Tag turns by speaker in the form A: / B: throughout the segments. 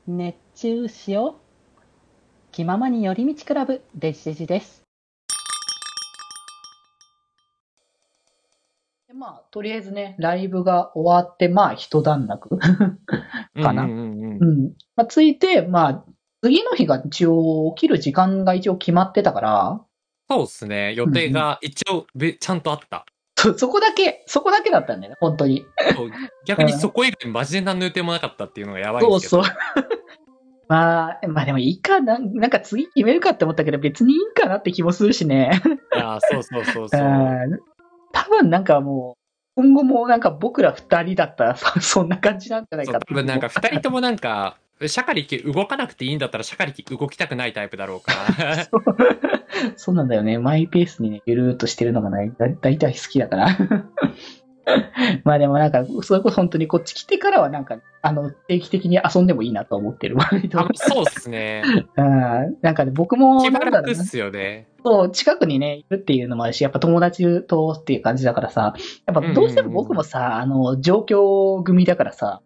A: 熱中しよう。気ままに寄り道クラブデジデジです。でとりあえずね、ライブが終わって、一段落かな。ついて、次の日が一応起きる時間が一応決まってたから、
B: そうっすね。予定が一応ちゃんとあった。
A: そこだけだったんだよね、本当に。
B: そう、逆にそこ以外マジで何の予定もなかったっていうのがやばいんで
A: そうそう。
B: すけど。
A: でもいいかな、なんか次決めるかって思ったけど別にいいかなって気もするしね。
B: いやー、そうそうそう
A: う
B: そう。
A: ん多分なんかもう、今後もなんか僕ら二人だったらそんな感じなんじゃない
B: そう、
A: かっていう。
B: 多分なんか二人ともなんか、シャカリキ動かなくていいんだったらシャカリキ動きたくないタイプだろうから。
A: そうそうなんだよね。マイペースにね、ゆるーっとしてるのがだいたい好きだから。でもなんか、それこそ本当にこっち来てからはなんか、定期的に遊んでもいいなと思ってる。割と。
B: そうっすね。
A: なんかね、僕も
B: 気
A: なんだろうな。
B: 楽っすよね。
A: そう、近くにね、いるっていうのもあるし、やっぱ友達とっていう感じだからさ、やっぱ
B: うん
A: どうしても
B: うんうん。
A: 僕もさ、状況組だからさ、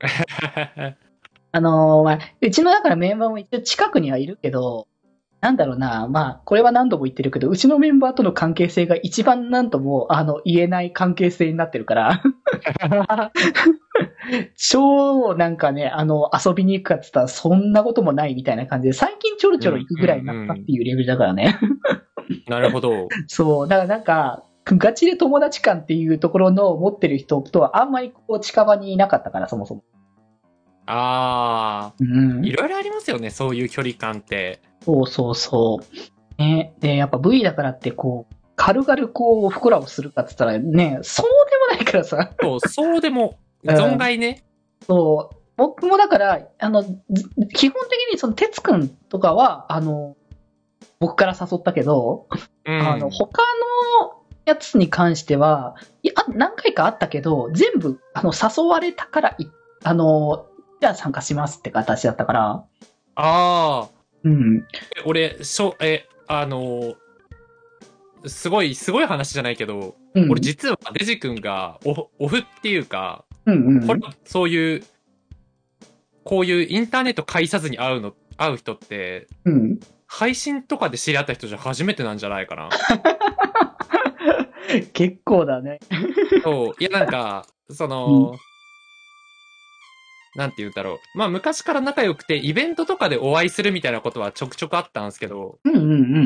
A: うちのだからメンバーも一応近くにはいるけど、なんだろうな、これは何度も言ってるけど、うちのメンバーとの関係性が一番なんとも、言えない関係性になってるから、超なんかね、遊びに行くかって言ったらそんなこともないみたいな感じで、最近ちょろちょろ行く
B: うんうん
A: ぐらいになったっ
B: うん。
A: ていうレベルだからね。
B: なるほど。
A: そう、だからなんか、ガチで友達感っていうところの持ってる人とはあんまりこう近場にいなかったから、そもそも。
B: あ
A: う
B: ー、い
A: ん。
B: ろいろありますよね、そういう距離感って。
A: そうそうそう。ね。で、やっぱ V だからってこう、軽々こう、ふくらをするかって言ったらね、そうでもないからさ。
B: そう、そうでも、
A: うん。
B: 存外ね。
A: そう。僕もだから、基本的にその、哲くんとかは、僕から誘ったけど、
B: うん。
A: 他のやつに関しては、何回かあったけど、全部、誘われたからあの、じゃあ参加しますって形だったから、
B: ああ、
A: うん。
B: 俺、すごい話じゃないけど、俺
A: うん。
B: 実はデジ君がオフっていうか、
A: うんうん。
B: そういう、こういうインターネット介さずに会う人って、
A: うん。
B: 配信とかで知り合った人じゃ初めてなんじゃないかな。
A: 結構だね。
B: そう、いやなんか、
A: うん。
B: なんて言うんだろう。まあ昔から仲良くて、イベントとかでお会いするみたいなことはちょくちょくあったんですけど、
A: うんうんうん。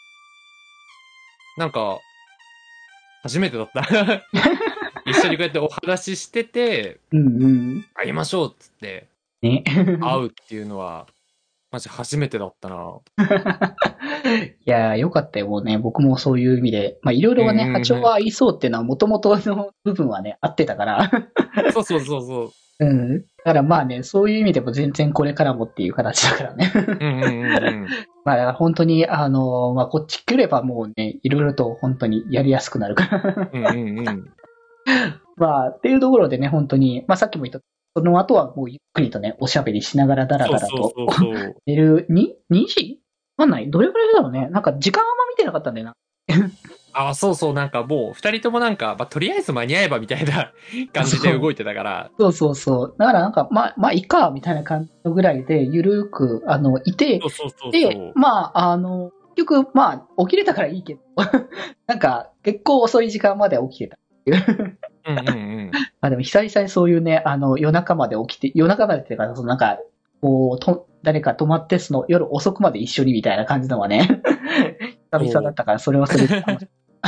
B: なんか、初めてだった。一緒にこうやってお話ししてて、
A: うんうん。
B: 会いましょうっつって、
A: ね。
B: 会うっていうのは、マジ初めてだったな。
A: いやー、よかったよ。もうね、僕もそういう意味で、いろい
B: うん
A: ろはね、波
B: うんうん。
A: 長は合いそうっていうのは、もともとの部分はね、合ってたから。
B: そうそうそうそう。
A: うん。だからそういう意味でも全然これからもっていう形だからね。
B: うんうんうんうん。
A: だから本当に、こっち来ればもうね、いろいろと本当にやりやすくなるから。
B: うんうんうん。
A: っていうところでね、本当に、さっきも言った、その後はもうゆっくりとね、おしゃべりしながらダラ
B: そう
A: ダラと、
B: そうそうそう。
A: 寝る、2時わかんない。どれくらいだろうね。なんか時間はあんま見てなかったんだよな。
B: あ、そうそう、なんかもう、二人ともなんか、とりあえず間に合えばみたいな感じで
A: そう。
B: 動いてたから、
A: そうそうそう。だからなんか、いいか、みたいな感じのぐらいで、ゆるーく、いて、
B: そうそうそう
A: で、
B: そう。
A: 結局、起きれたからいいけど、なんか、結構遅い時間まで起きてた。
B: うんうんうん。
A: でも久々にそういうね、夜中まで起きて、夜中までっていうか、そのなんか、誰か泊まって、その夜遅くまで一緒にみたいな感じのはね、久々だ
B: そう。
A: ったから、それはそれで楽しい。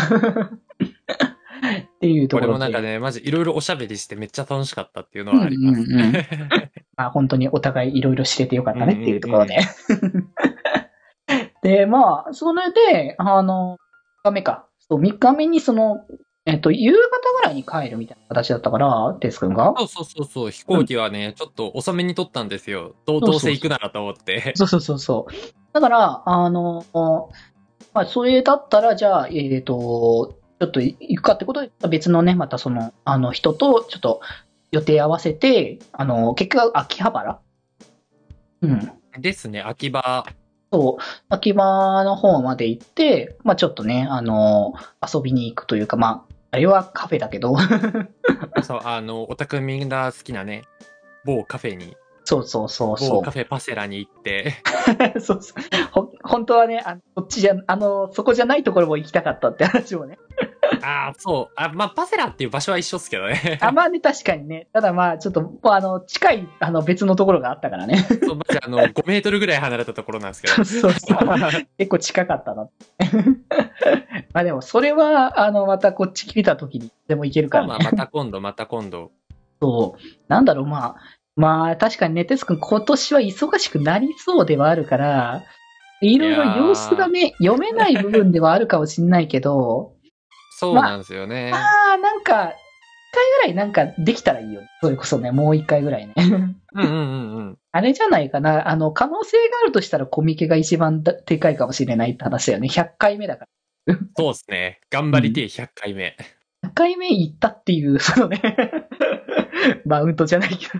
A: っていうとこ
B: 俺
A: ろで、
B: もなんかね、マジいろいろおしゃべりしてめっちゃ楽しかったっていうの
A: うんう
B: はあります。
A: んうん。本当にお互いいろいろ知れてよかっ
B: うんう
A: たねっていう
B: んうん。
A: ところで。で、それで、3日目か。そう、3日目に夕方ぐらいに帰るみたいな形だったから、テス君が。
B: そうそうそうそう、飛
A: うん。
B: 行機はね、ちょっと遅めに撮ったんですよ。どうせ行く
A: そうそうそう。
B: ならと思って。
A: そうそうそうそう。だから、それだったら、じゃあ、ちょっと行くかってことで、別のね、また人と、ちょっと予定合わせて、結局、秋葉原うん。
B: ですね、秋葉。
A: そう、秋葉の方まで行って、ちょっとね、遊びに行くというか、あれはカフェだけど、
B: そう、オタクみんな好きなね、某カフェに。
A: そうそうそう
B: 某
A: そ
B: カフェパセラに行って。
A: う。そうそう。本当はね、そっちじゃ、そこじゃないところも行きたかったって話もね。
B: ああ、そう。まあ、パセラっていう場所は一緒っすけどね。
A: まあね、確かにね。ただまあ、ちょっと、近い、別のところがあったからね。
B: そう、マジ5メートルぐらい離れたところなんですけど。
A: そうそう。結構近かったな。まあでも、それは、またこっち来た時にでも行けるからね。
B: まあまあ、また今度、また今度。
A: そう。なんだろう、まあ、確かにね、テス君今年は忙しくなりそうではあるから、いろいろ様子がね、読めない部分ではあるかもしれないけど、まあ、
B: そうなんですよね。
A: なんか、一回ぐらいなんかできたらいいよね。それこそね、もう一回ぐらいね。
B: うんうんうんうん。
A: あれじゃないかな。可能性があるとしたらコミケが一番でかいかもしれないって話だよね。100回目だから。
B: そうっすね。頑張りてえ100回目。
A: 100回目行ったっていう、そのね、マウントじゃないけど。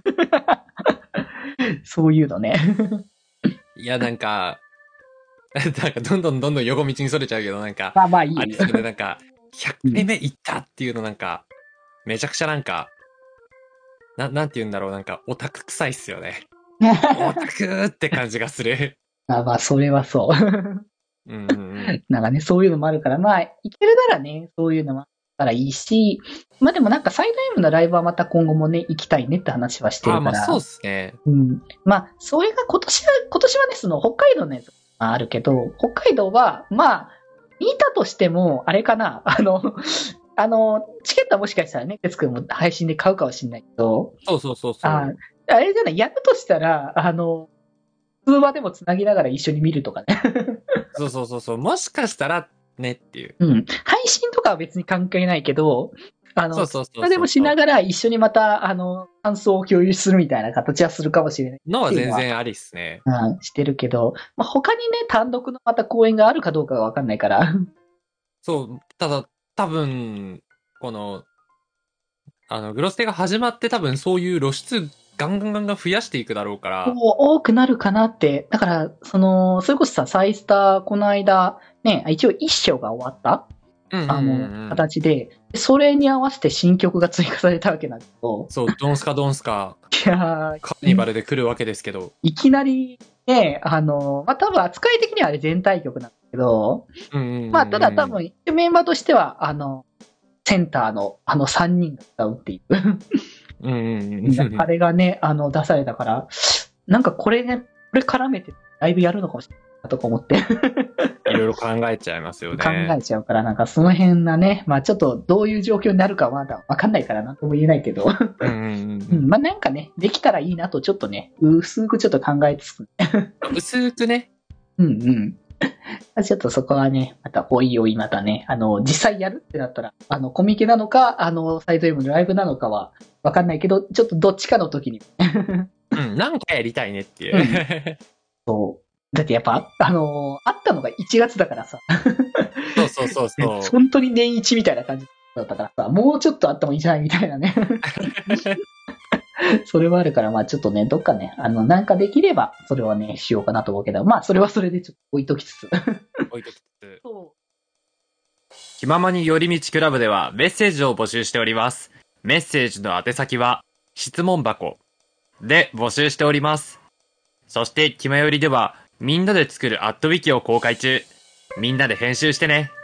A: そういうのね。
B: いや、なんかどんどんどんどん横道にそれちゃうけど、なんか、
A: まあまあいいよ。
B: あれですよね、なんか、100回目行ったっていうのなんか、めちゃくちゃなんか、なんて言うんだろう、なんか、オタク臭いっすよね。オタクって感じがする。
A: まあ、それはそう。
B: うんうんうん。
A: なんかね、そういうのもあるから、まあ、行けるならね、そういうのもあったらいいし、まあでもなんかサイド M のライブはまた今後もね、行きたいねって話はしてる
B: まあそうっ
A: から、
B: すね。
A: うん。まあ、それが今年はね、その北海道のやつはあるけど、北海道は、まあ、見たとしても、あれかな、チケットはもしかしたらね、哲くんも配信で買うかもしれないけど、
B: そうそうそうそ
A: あ
B: う。
A: あれじゃない、やるとしたら、通話でもつなぎながら一緒に見るとかね。
B: そうそうそうそう。もしかしたら、ねっていう。
A: うん。配信とかは別に関係ないけど、
B: そうそう
A: でもし
B: そうそう。
A: ながら一緒にまた、感想を共有するみたいな形はするかもしれない
B: のは
A: っていうのは、
B: 全然ありっすね。
A: うん、してるけど、まあ、他にね、単独のまた公演があるかどうかがわかんないから。
B: そう、ただ、多分、この、グロステが始まって多分そういう露出ガンガンガンガン増やしていくだろうから。
A: 多くなるかなって。だから、それこそさ、サイスター、この間、ね、一応一章が終わった
B: うんうんうんうん。
A: 形で、それに合わせて新曲が追加されたわけなんだけど、
B: そう、ドンスカドンスカ、
A: いや
B: カーニバルで来るわけですけど。
A: いきなりね、まあ、多分扱い的にはあれ全体曲なんだけど、
B: うんうんうん、うん。
A: まあ、ただ多分、メンバーとしては、センターの3人が歌うっていう。
B: うんうんうん。
A: あれがね、出されたから、なんかこれね、これ絡めてライブやるのかもしれないなとか思って。
B: いろいろ考えちゃいますよ
A: 考
B: ね。
A: えちゃうから、なんかその辺なね、まあちょっとどういう状況になるかはまだわかんないからなんとも言えないけど、
B: うんうんうん。
A: まあなんかね、できたらいいなとちょっとね、薄くちょっと考えつつ、
B: 薄くね。
A: うんうん。ちょっとそこはね、またおいおいまたね、実際やるってなったら、コミケなのか、サイド M のライブなのかはわかんないけど、ちょっとどっちかの時に。
B: うん、なんかやりたいねっていう。
A: だってやっぱ、あったのが1月だからさ。
B: そうそうそうそう。
A: 本当に年一みたいな感じだったからさ、もうちょっとあってもいいんじゃないみたいなね。それはあるから、まあちょっとね、どっかね、なんかできれば、それはね、しようかなと思うけど、まあそれはそれでちょっと置いときつつ。
B: 置いときつつ。
A: そ
B: 気ままに寄り道クラブではメッセージを募集しております。メッセージの宛先は、質問箱で募集しております。そして、気まよりでは、みんなで作るアットウィキを公開中。みんなで編集してね。